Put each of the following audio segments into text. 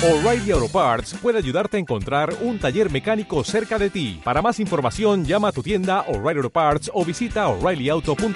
O'Reilly Auto Parts puede ayudarte a encontrar un taller mecánico cerca de ti. Para más información, llama a tu tienda O'Reilly Auto Parts o visita O'ReillyAuto.com.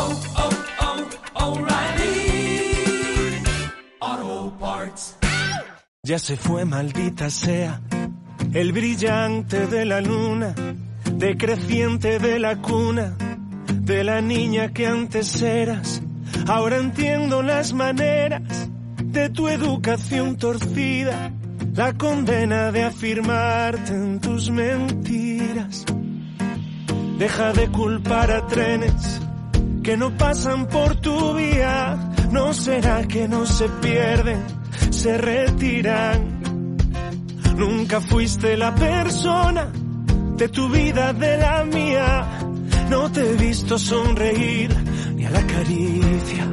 O'Reilly Auto Parts. Ya se fue, maldita sea, el brillante de la luna, decreciente de la cuna, de la niña que antes eras. Ahora entiendo las maneras de tu educación torcida, la condena de afirmarte en tus mentiras. Deja de culpar a trenes que no pasan por tu vía. ¿No será que no se pierden, se retiran? Nunca fuiste la persona de tu vida, de la mía. No te he visto sonreír ni a la caricia.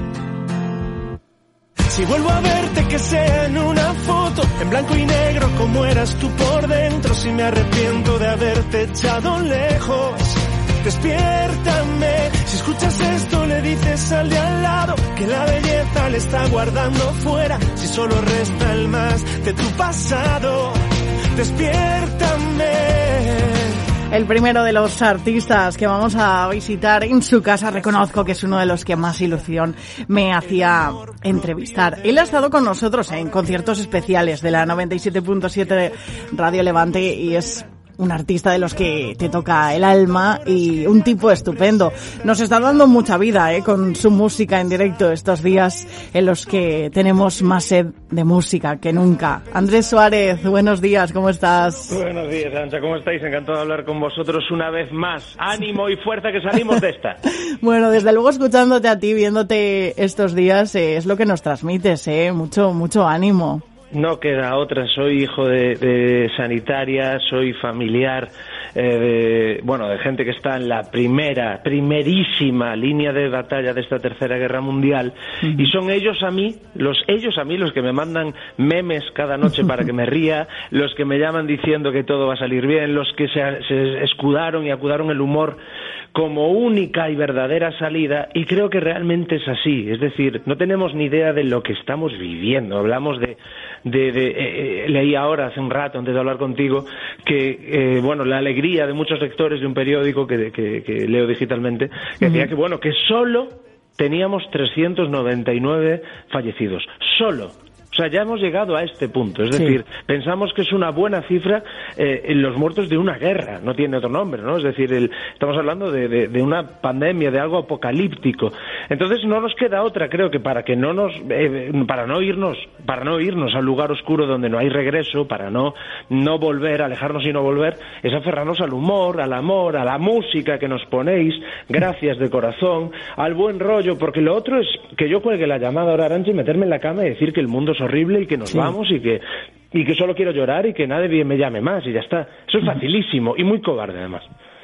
Si vuelvo a verte, que sea en una foto, en blanco y negro como eras tú por dentro. Si me arrepiento de haberte echado lejos, despiértame. Si escuchas esto, le dices al de al lado que la belleza le está guardando fuera. Si solo resta el más de tu pasado, despiértame. El primero de los artistas que vamos a visitar en su casa, reconozco que es uno de los que más ilusión me hacía entrevistar. Él ha estado con nosotros en conciertos especiales de la 97.7 de Radio Levante y es un artista de los que te toca el alma y un tipo estupendo. Nos está dando mucha vida, con su música en directo estos días en los que tenemos más sed de música que nunca. Andrés Suárez, buenos días, ¿cómo estás? Buenos días, Ancha, ¿cómo estáis? Encantado de hablar con vosotros una vez más. Ánimo y fuerza que salimos de esta. Bueno, desde luego escuchándote a ti, viéndote estos días, es lo que nos transmites, mucho ánimo. No queda otra, soy hijo de sanitaria, soy familiar de gente que está en la primerísima línea de batalla de esta tercera guerra mundial, y son ellos a mí los que me mandan memes cada noche para que me ría, los que me llaman diciendo que todo va a salir bien, los que se escudaron y acudaron el humor como única y verdadera salida, y creo que realmente es así. Es decir, no tenemos ni idea de lo que estamos viviendo. Hablamos leí ahora hace un rato, antes de hablar contigo, que la alegría de muchos lectores de un periódico que leo digitalmente, que decía que solo teníamos 399 fallecidos. Solo. O sea, ya hemos llegado a este punto. Es decir, pensamos que es una buena cifra en los muertos de una guerra. No tiene otro nombre, ¿no? Es decir, estamos hablando de una pandemia, de algo apocalíptico. Entonces no nos queda otra, creo que para no irnos al lugar oscuro donde no hay regreso, para no volver, alejarnos y no volver, es aferrarnos al humor, al amor, a la música que nos ponéis, gracias de corazón, al buen rollo, porque lo otro es que yo cuelgue la llamada ahora, Arancha, y meterme en la cama y decir que el mundo es horrible y que nos vamos y que solo quiero llorar y que nadie me llame más y ya está. Eso es facilísimo y muy cobarde además.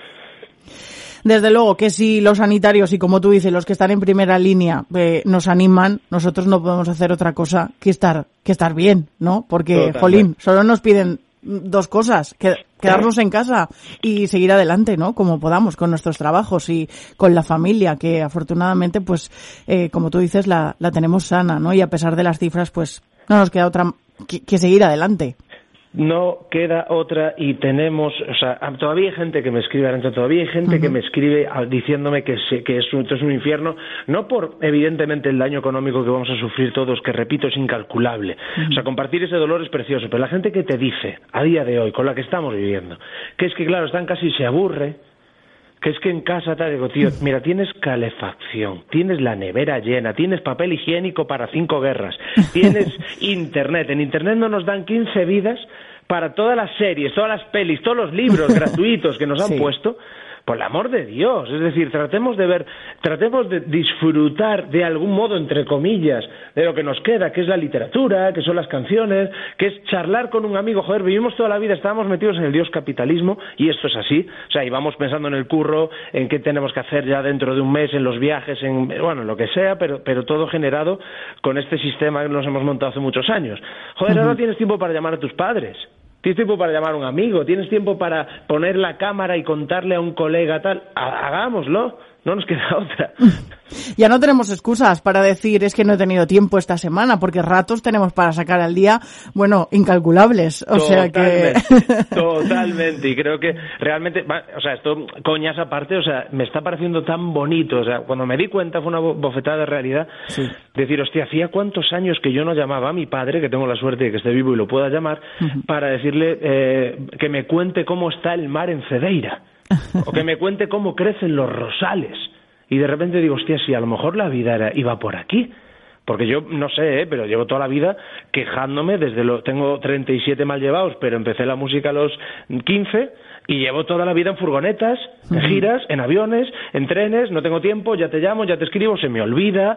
Desde luego que si los sanitarios y, como tú dices, los que están en primera línea nos animan, nosotros no podemos hacer otra cosa que estar bien, ¿no? Porque, totalmente. Jolín, solo nos piden dos cosas, quedarnos en casa y seguir adelante, ¿no? Como podamos, con nuestros trabajos y con la familia, que afortunadamente, pues, como tú dices, la tenemos sana, ¿no? Y a pesar de las cifras, pues, no nos queda otra que seguir adelante. No queda otra y tenemos, todavía hay gente que me escribe, Arancha, todavía hay gente que me escribe diciéndome que esto es un infierno, no por, evidentemente, el daño económico que vamos a sufrir todos, que repito, es incalculable. Compartir ese dolor es precioso, pero la gente que te dice, a día de hoy, con la que estamos viviendo, que es que, claro, están casi y se aburre, que es que en casa te digo, tío, mira, tienes calefacción, tienes la nevera llena, tienes papel higiénico para 5 guerras, tienes internet. En internet no nos dan 15 vidas para todas las series, todas las pelis, todos los libros gratuitos que nos han puesto. Por el amor de Dios, es decir, tratemos de disfrutar de algún modo, entre comillas, de lo que nos queda, que es la literatura, que son las canciones, que es charlar con un amigo. Joder, vivimos toda la vida, estábamos metidos en el dios capitalismo y esto es así. O sea, y vamos pensando en el curro, en qué tenemos que hacer ya dentro de un mes, en los viajes, en lo que sea, pero todo generado con este sistema que nos hemos montado hace muchos años. Joder, ahora no tienes tiempo para llamar a tus padres. Tienes tiempo para llamar a un amigo, tienes tiempo para poner la cámara y contarle a un colega tal, hagámoslo. no nos queda otra. Ya no tenemos excusas para decir es que no he tenido tiempo esta semana, porque ratos tenemos para sacar al día, bueno, incalculables. O sea que... Totalmente. Y creo que realmente, o sea, esto, coñas aparte, o sea, me está pareciendo tan bonito. O sea, cuando me di cuenta fue una bofetada de realidad. Sí. Decir, hostia, hacía cuántos años que yo no llamaba a mi padre, que tengo la suerte de que esté vivo y lo pueda llamar, para decirle que me cuente cómo está el mar en Cedeira. O que me cuente cómo crecen los rosales. Y de repente digo, hostia, si a lo mejor la vida iba por aquí. Porque yo no sé, pero llevo toda la vida quejándome tengo 37 mal llevados, pero empecé la música a los 15 y llevo toda la vida en furgonetas, en giras, en aviones, en trenes, no tengo tiempo, ya te llamo, ya te escribo, se me olvida.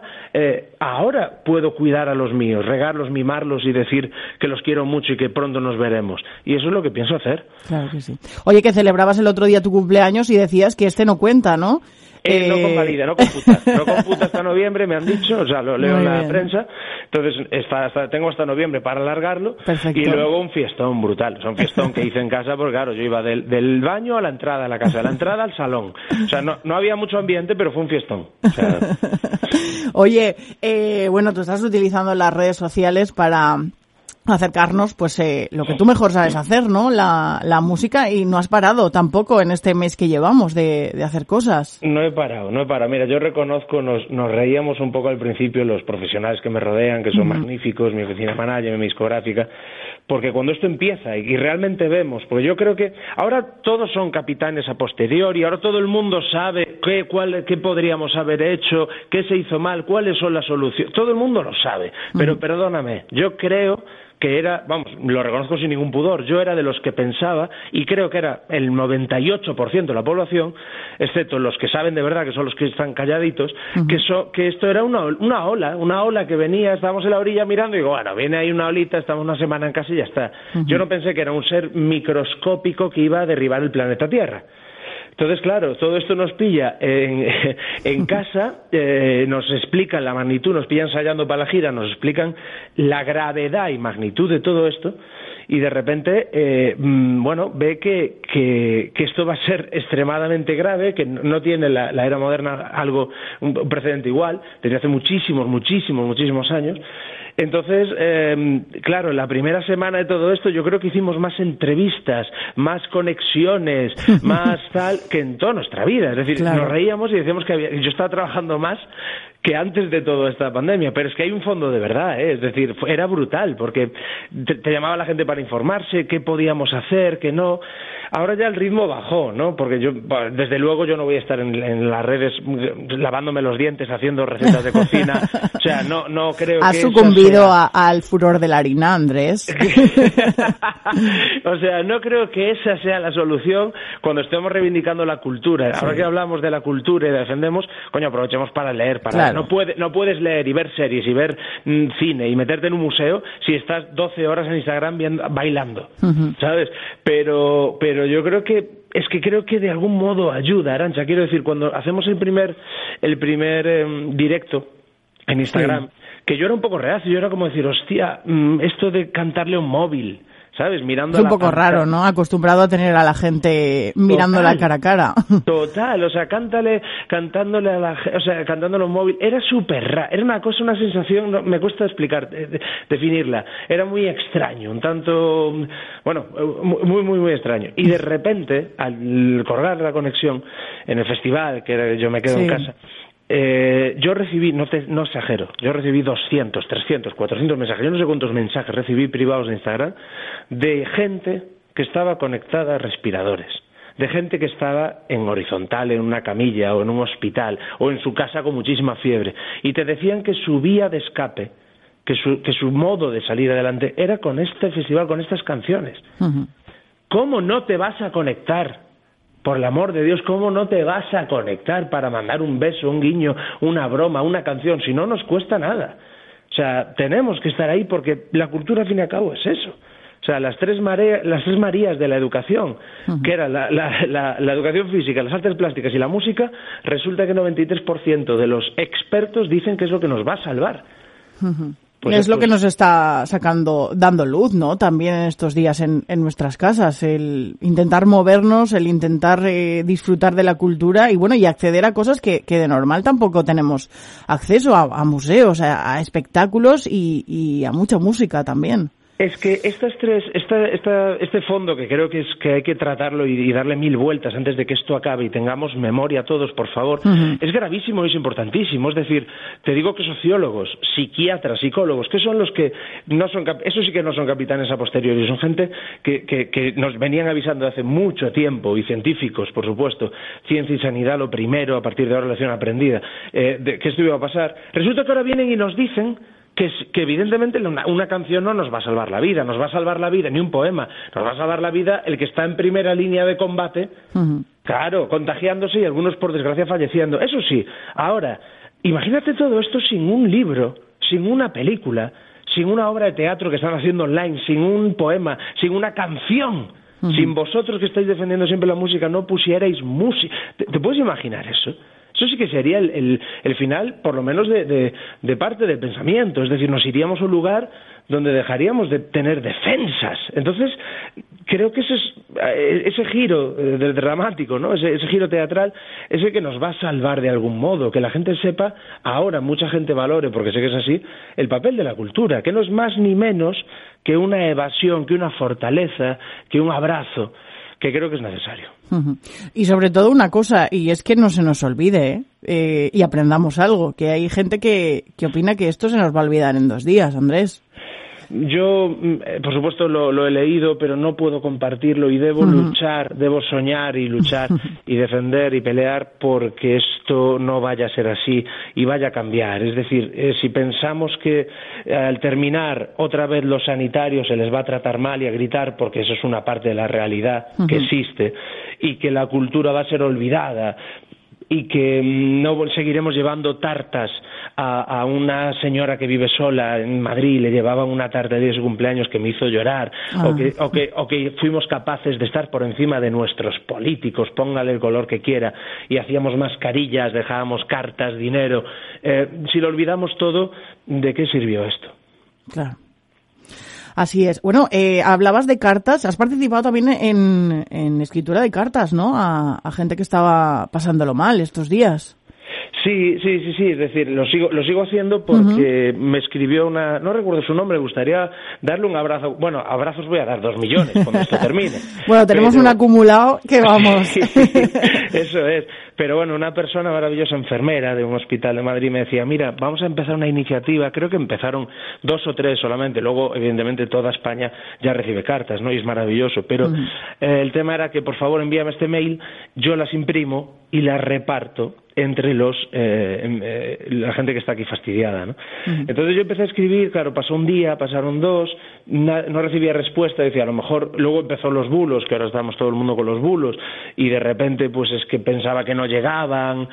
Ahora puedo cuidar a los míos, regarlos, mimarlos y decir que los quiero mucho y que pronto nos veremos. Y eso es lo que pienso hacer. Claro que sí. Oye, que celebrabas el otro día tu cumpleaños y decías que este no cuenta, ¿no? No convalida, no computa. No computa hasta noviembre, me han dicho, o sea, lo leo en la prensa. Entonces, tengo hasta noviembre para alargarlo. Perfecto. Y luego un fiestón brutal. O sea, un fiestón que hice en casa, porque claro, yo iba del baño a la entrada de la casa, de la entrada al salón. O sea, no había mucho ambiente, pero fue un fiestón. O sea... Oye, bueno, tú estás utilizando las redes sociales para acercarnos, pues, lo que tú mejor sabes hacer, ¿no? La música, y no has parado tampoco en este mes que llevamos de hacer cosas. No he parado. Mira, yo reconozco, nos reíamos un poco al principio los profesionales que me rodean, que son magníficos, mi oficina manager, mi discográfica, porque cuando esto empieza y realmente vemos, porque yo creo que ahora todos son capitanes a posteriori, ahora todo el mundo sabe qué podríamos haber hecho, qué se hizo mal, cuáles son las soluciones, todo el mundo lo sabe, pero perdóname, yo creo que era, vamos, lo reconozco sin ningún pudor, yo era de los que pensaba, y creo que era el 98% de la población, excepto los que saben de verdad, que son los que están calladitos, que esto era una ola que venía, estábamos en la orilla mirando y digo, bueno, viene ahí una olita, estamos una semana en casa y ya está. Yo no pensé que era un ser microscópico que iba a derribar el planeta Tierra. Entonces, claro, todo esto nos pilla en casa, nos explican la magnitud, nos pillan ensayando para la gira, nos explican la gravedad y magnitud de todo esto, y de repente, ve que esto va a ser extremadamente grave, que no tiene la era moderna un precedente igual, desde hace muchísimos años. Entonces, claro, la primera semana de todo esto yo creo que hicimos más entrevistas, más conexiones, más tal, que en toda nuestra vida. Es decir, claro, nos reíamos y decíamos que yo estaba trabajando más que antes de toda esta pandemia, pero es que hay un fondo de verdad, es decir, era brutal, porque te llamaba la gente para informarse, qué podíamos hacer, qué no. Ahora ya el ritmo bajó, ¿no? Porque desde luego yo no voy a estar en las redes lavándome los dientes, haciendo recetas de cocina, o sea, no creo que... Has sucumbido al furor de la harina, Andrés. O sea, no creo que esa sea la solución cuando estemos reivindicando la cultura. Ahora que hablamos de la cultura y la defendemos, coño, aprovechemos para leer, Claro. No puedes leer y ver series y ver cine y meterte en un museo si estás 12 horas en Instagram bailando, ¿sabes? Pero yo creo que de algún modo ayuda, Arantxa. Quiero decir, cuando hacemos el primer directo en Instagram, que yo era un poco reacio, yo era como decir, hostia, esto de cantarle a un móvil, ¿sabes? Mirando es un poco raro, ¿no? Acostumbrado a tener a la gente mirándola cara a cara. Total, o sea, cantándole a la gente, o sea, cantándole a un móvil, era súper raro, era una sensación, no, me cuesta explicar, definirla, era muy extraño, un tanto, bueno, muy extraño. Y de repente, al colgar la conexión en el festival, que yo me quedo en casa, yo recibí, no exagero, yo recibí 200, 300, 400 mensajes, yo no sé cuántos mensajes recibí privados de Instagram de gente que estaba conectada a respiradores, de gente que estaba en horizontal, en una camilla o en un hospital o en su casa con muchísima fiebre, y te decían que su vía de escape, que su modo de salir adelante era con este festival, con estas canciones. ¿Cómo no te vas a conectar? Por el amor de Dios, ¿cómo no te vas a conectar para mandar un beso, un guiño, una broma, una canción? Si no nos cuesta nada. O sea, tenemos que estar ahí porque la cultura, al fin y al cabo, es eso. O sea, las tres Marías de la educación, que era la educación física, las artes plásticas y la música, resulta que el 93% de los expertos dicen que es lo que nos va a salvar. Pues es lo que nos está dando luz, ¿no? También en estos días en nuestras casas, el intentar movernos, el intentar disfrutar de la cultura y bueno, y acceder a cosas que de normal tampoco tenemos acceso, a museos, a espectáculos y a mucha música también. Es que este fondo, que creo que hay que tratarlo y darle 1000 vueltas antes de que esto acabe y tengamos memoria todos, por favor, es gravísimo y es importantísimo. Es decir, te digo que sociólogos, psiquiatras, psicólogos, que son los que no son, esos sí que no son capitanes a posteriori, son gente que nos venían avisando hace mucho tiempo, y científicos, por supuesto, ciencia y sanidad lo primero, a partir de ahora lección aprendida, de que esto iba a pasar. Resulta que ahora vienen y nos dicen que evidentemente una canción no nos va a salvar la vida, ni un poema, nos va a salvar la vida el que está en primera línea de combate, claro, contagiándose y algunos por desgracia falleciendo. Eso sí, ahora, imagínate todo esto sin un libro, sin una película, sin una obra de teatro que están haciendo online, sin un poema, sin una canción. Sin vosotros que estáis defendiendo siempre la música, no pusierais música. ¿Te puedes imaginar eso? Eso sí que sería el final, por lo menos de parte del pensamiento. Es decir, nos iríamos a un lugar donde dejaríamos de tener defensas. Entonces, creo que ese giro dramático, ¿no? Ese giro teatral es el que nos va a salvar de algún modo. Que la gente sepa, ahora mucha gente valore, porque sé que es así, el papel de la cultura, que no es más ni menos que una evasión, que una fortaleza, que un abrazo, que creo que es necesario. Y sobre todo una cosa, y es que no se nos olvide, y aprendamos algo, que hay gente que opina que esto se nos va a olvidar en 2 días, Andrés. Yo, por supuesto, lo he leído, pero no puedo compartirlo y debo luchar, debo soñar y luchar y defender y pelear porque esto no vaya a ser así y vaya a cambiar. Es decir, si pensamos que al terminar otra vez los sanitarios se les va a tratar mal y a gritar, porque eso es una parte de la realidad que existe, y que la cultura va a ser olvidada, y que no seguiremos llevando tartas a una señora que vive sola en Madrid, le llevaban una tarta de su cumpleaños que me hizo llorar, o que fuimos capaces de estar por encima de nuestros políticos, póngale el color que quiera, y hacíamos mascarillas, dejábamos cartas, dinero. Si lo olvidamos todo, ¿de qué sirvió esto? Claro. Así es. Bueno, hablabas de cartas. Has participado también en escritura de cartas, ¿no? A gente que estaba pasándolo mal estos días. Sí, es decir, lo sigo haciendo porque me escribió no recuerdo su nombre, me gustaría darle un abrazo. Bueno, abrazos voy a dar 2 millones cuando esto termine. Bueno, tenemos un acumulado que vamos. Sí, eso es. Pero bueno, una persona maravillosa, enfermera de un hospital de Madrid, me decía, mira, vamos a empezar una iniciativa, creo que empezaron 2 o 3 solamente, luego evidentemente toda España ya recibe cartas, ¿no? Y es maravilloso, pero el tema era que por favor envíame este mail, yo las imprimo y las reparto entre la gente que está aquí fastidiada, ¿no? Entonces yo empecé a escribir, claro, pasó un día, pasaron 2, no recibía respuesta, decía, a lo mejor, luego empezó los bulos, que ahora estamos todo el mundo con los bulos, y de repente pues es que pensaba que no llegaban,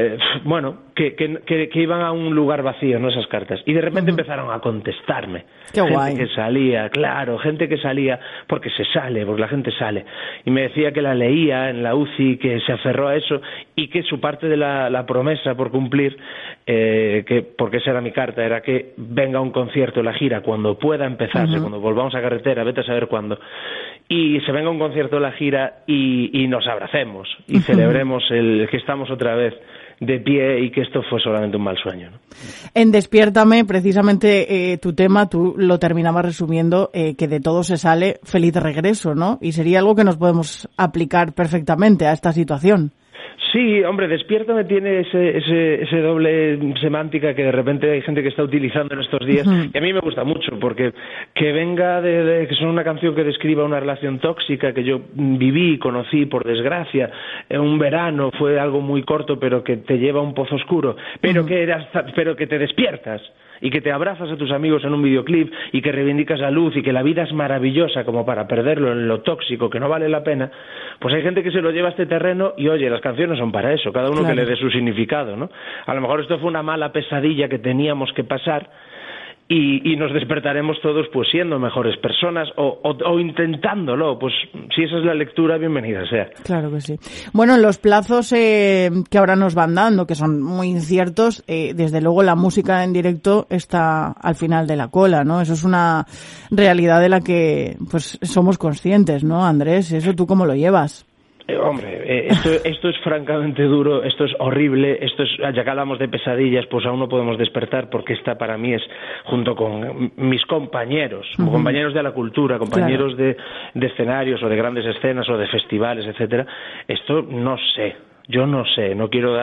que iban a un lugar vacío, ¿no? Esas cartas, y de repente empezaron a contestarme. Qué guay. Gente que salía, claro, gente que salía porque la gente sale, y me decía que la leía en la UCI, que se aferró a eso, y que su parte de la promesa por cumplir, porque esa era mi carta, era que venga un concierto, la gira, cuando pueda empezarse, cuando volvamos a carretera, vete a saber cuándo, y se venga un concierto, la gira, y nos abracemos, y celebremos el que estamos otra vez de pie y que esto fue solamente un mal sueño, ¿no? En Despiértame, precisamente tu tema, tú lo terminabas resumiendo, que de todo se sale feliz regreso, ¿no? Y sería algo que nos podemos aplicar perfectamente a esta situación. Sí, hombre, Despiértame tiene ese doble semántica que de repente hay gente que está utilizando en estos días, y a mí me gusta mucho, porque que venga que es una canción que describa una relación tóxica que yo viví y conocí, por desgracia, en un verano, fue algo muy corto, pero que te lleva a un pozo oscuro, pero que te despiertas, y que te abrazas a tus amigos en un videoclip y que reivindicas la luz y que la vida es maravillosa como para perderlo en lo tóxico que no vale la pena, pues hay gente que se lo lleva a este terreno y oye, las canciones son para eso, cada uno que le dé su significado, ¿no? A lo mejor esto fue una mala pesadilla que teníamos que pasar y nos despertaremos todos pues siendo mejores personas o intentándolo. Pues si esa es la lectura, bienvenida sea. Claro que sí. Bueno, los plazos que ahora nos van dando, que son muy inciertos, desde luego la música en directo está al final de la cola, ¿no? Eso es una realidad de la que pues somos conscientes, ¿no, Andrés? ¿Eso tú cómo lo llevas? Hombre, esto es francamente duro, esto es horrible, ya que hablamos de pesadillas, pues aún no podemos despertar, porque esta para mí es, junto con mis compañeros, compañeros de la cultura, compañeros de escenarios o de grandes escenas o de festivales, etcétera, esto no sé. Yo no sé, no quiero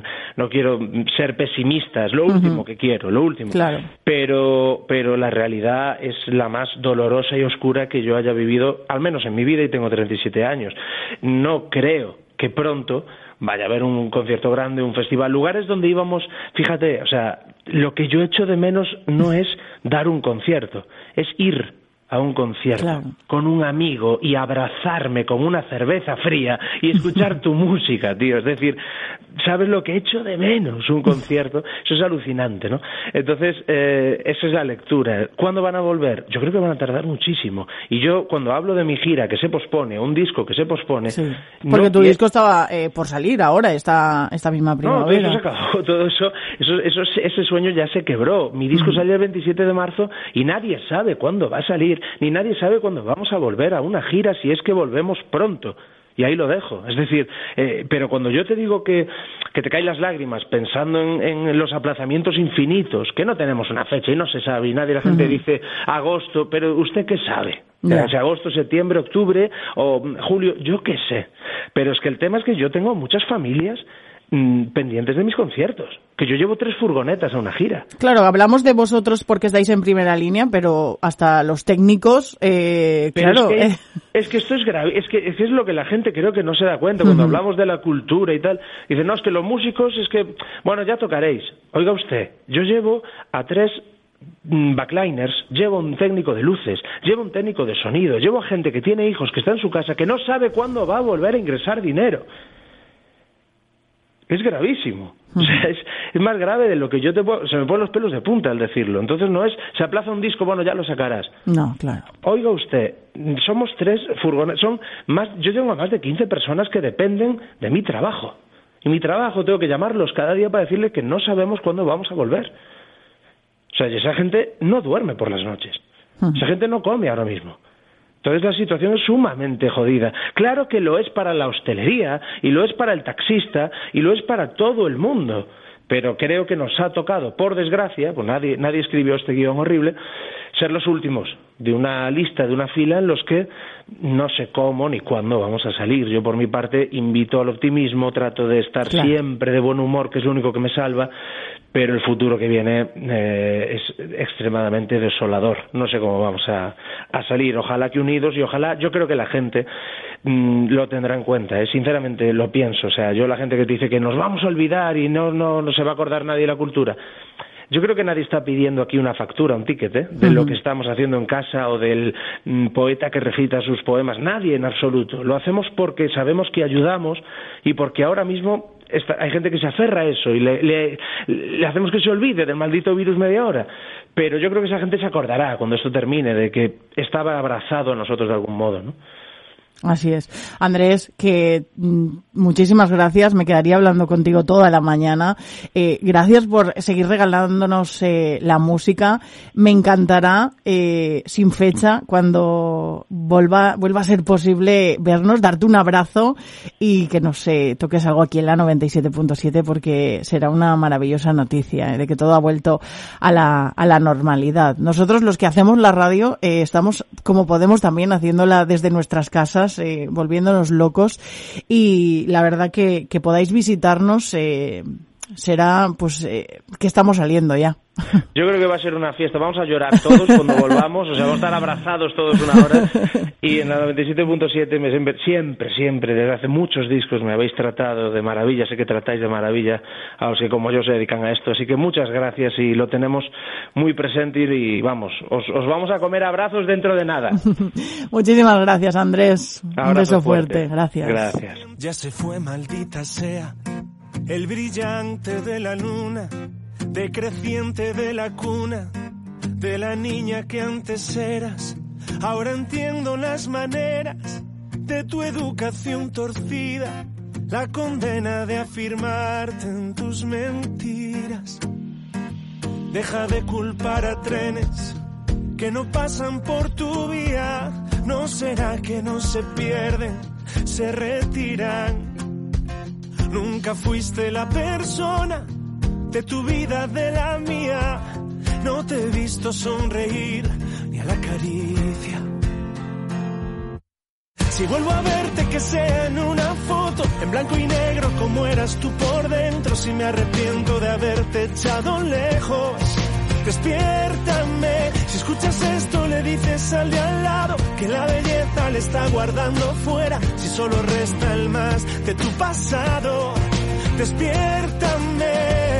ser pesimista, es lo último que quiero, lo último. Claro. Pero la realidad es la más dolorosa y oscura que yo haya vivido, al menos en mi vida, y tengo 37 años. No creo que pronto vaya a haber un concierto grande, un festival, lugares donde íbamos, fíjate, o sea, lo que yo echo de menos no es dar un concierto, es ir a un concierto, claro, con un amigo y abrazarme con una cerveza fría y escuchar tu música, tío. Es decir, ¿sabes lo que echo de menos? Un concierto. Eso es alucinante, ¿no? Entonces, esa es la lectura. ¿Cuándo van a volver? Yo creo que van a tardar muchísimo. Y yo, cuando hablo de mi gira que se pospone, un disco que se pospone... Sí, porque tu disco estaba por salir ahora, esta misma primavera. No, todo eso se acabó, ese sueño ya se quebró. Mi disco salió el 27 de marzo y nadie sabe cuándo va a salir, ni nadie sabe cuándo vamos a volver a una gira, si es que volvemos pronto. Y ahí lo dejo. Es decir, pero cuando yo te digo que te caen las lágrimas pensando en los aplazamientos infinitos, que no tenemos una fecha y no se sabe, y la gente dice agosto, pero ¿usted qué sabe? Si agosto, septiembre, octubre o julio, yo qué sé. Pero es que el tema es que yo tengo muchas familias pendientes de mis conciertos, que yo llevo 3 furgonetas a una gira. Claro, hablamos de vosotros porque estáis en primera línea, pero hasta los técnicos, claro. Es que esto es grave, es que es lo que la gente creo que no se da cuenta cuando hablamos de la cultura y tal. Dicen, no, es que los músicos, es que, bueno, ya tocaréis. Oiga usted, yo llevo a 3 backliners, llevo un técnico de luces, llevo un técnico de sonido, llevo a gente que tiene hijos, que está en su casa, que no sabe cuándo va a volver a ingresar dinero. Es gravísimo. O sea, es más grave de lo que se me ponen los pelos de punta al decirlo. Entonces no es, se aplaza un disco, bueno, ya lo sacarás. No, claro. Oiga usted, somos 3 furgones, yo tengo a más de 15 personas que dependen de mi trabajo. Y mi trabajo tengo que llamarlos cada día para decirles que no sabemos cuándo vamos a volver. O sea, y esa gente no duerme por las noches. Esa gente no come ahora mismo. Entonces la situación es sumamente jodida. Claro que lo es para la hostelería, y lo es para el taxista, y lo es para todo el mundo. Pero creo que nos ha tocado, por desgracia, pues nadie escribió este guión horrible, ser los últimos de una lista, de una fila en los que no sé cómo ni cuándo vamos a salir. Yo por mi parte invito al optimismo, trato de estar siempre de buen humor, que es lo único que me salva, pero el futuro que viene es extremadamente desolador. No sé cómo vamos a salir. Ojalá que unidos, y ojalá, yo creo que la gente lo tendrá en cuenta, sinceramente lo pienso. O sea, yo, la gente que te dice que nos vamos a olvidar y no se va a acordar nadie de la cultura, yo creo que nadie está pidiendo aquí una factura, un ticket, de lo que estamos haciendo en casa o del poeta que recita sus poemas. Nadie en absoluto. Lo hacemos porque sabemos que ayudamos y porque ahora mismo hay gente que se aferra a eso y le hacemos que se olvide del maldito virus media hora. Pero yo creo que esa gente se acordará cuando esto termine de que estaba abrazado a nosotros de algún modo, ¿no? Así es. Andrés, que muchísimas gracias. Me quedaría hablando contigo toda la mañana. Gracias por seguir regalándonos la música. Me encantará, sin fecha, cuando vuelva a ser posible vernos, darte un abrazo y que nos toques algo aquí en la 97.7, porque será una maravillosa noticia de que todo ha vuelto a la normalidad. Nosotros, los que hacemos la radio, estamos como podemos también haciéndola desde nuestras casas, volviéndonos locos, y la verdad que podáis visitarnos será pues que estamos saliendo ya. Yo creo que va a ser una fiesta, vamos a llorar todos cuando volvamos, o sea, vamos a estar abrazados todos una hora, y en la 97.7 siempre, desde hace muchos discos me habéis tratado de maravilla, sé que tratáis de maravilla a los que como yo se dedican a esto, así que muchas gracias y lo tenemos muy presente y vamos, os vamos a comer abrazos dentro de nada. Muchísimas gracias, Andrés. Un beso fuerte. Gracias. Gracias. Ya se fue, maldita sea, el brillante de la luna, decreciente de la cuna, de la niña que antes eras. Ahora entiendo las maneras de tu educación torcida, la condena de afirmarte en tus mentiras. Deja de culpar a trenes que no pasan por tu vía. ¿No será que no se pierden, se retiran? Nunca fuiste la persona de tu vida, de la mía. No te he visto sonreír ni a la caricia. Si vuelvo a verte, que sea en una foto, en blanco y negro como eras tú por dentro. Si me arrepiento de haberte echado lejos, despiértame. Si escuchas esto, le dices al de al lado que la belleza le está guardando fuera. Si solo resta el más de tu pasado, despiértame.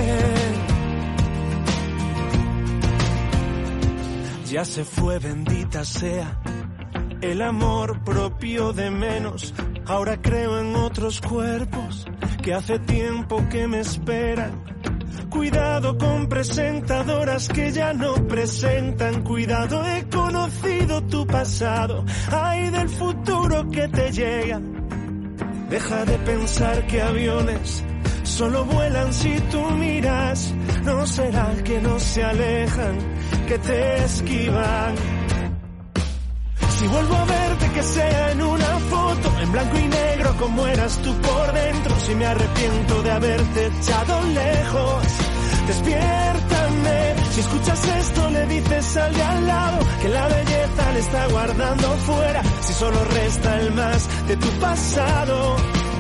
Ya se fue, bendita sea, el amor propio de menos. Ahora creo en otros cuerpos que hace tiempo que me esperan. Cuidado con presentadoras que ya no presentan. Cuidado, he conocido tu pasado. Ay, del futuro que te llega. Deja de pensar que aviones solo vuelan si tú miras. ¿No será que no se alejan, que te esquivan? Si vuelvo a verte, que sea en una foto, en blanco y negro como eras tú por dentro. Si me arrepiento de haberte echado lejos, despiértame. Si escuchas esto, le dices al de al lado que la belleza le está guardando fuera. Si solo resta el más de tu pasado,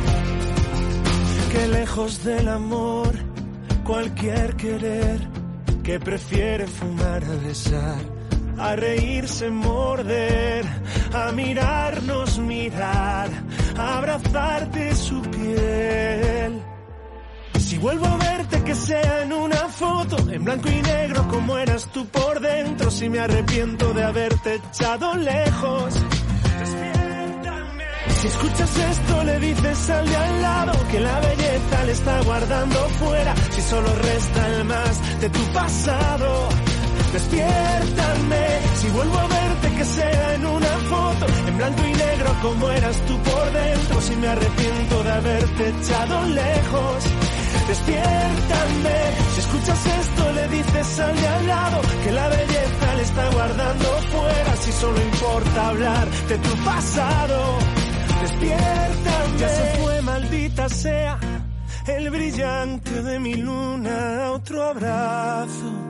que lejos del amor, cualquier querer que prefiere fumar a besar, a reírse, morder, a mirarnos, mirar, a abrazarte su piel. Si vuelvo a verte, que sea en una foto, en blanco y negro como eras tú por dentro. Si me arrepiento de haberte echado lejos, despiértame. Si escuchas esto, le dices al de al lado que la belleza le está guardando fuera. Si solo resta el más de tu pasado, despiértame. Si vuelvo a verte, que sea en una foto, en blanco y negro como eras tú por dentro. Si me arrepiento de haberte echado lejos, despiértame. Si escuchas esto, le dices al de al lado que la belleza le está guardando fuera. Si solo importa hablar de tu pasado, despiértame. Ya se fue, maldita sea, el brillante de mi luna. Otro abrazo.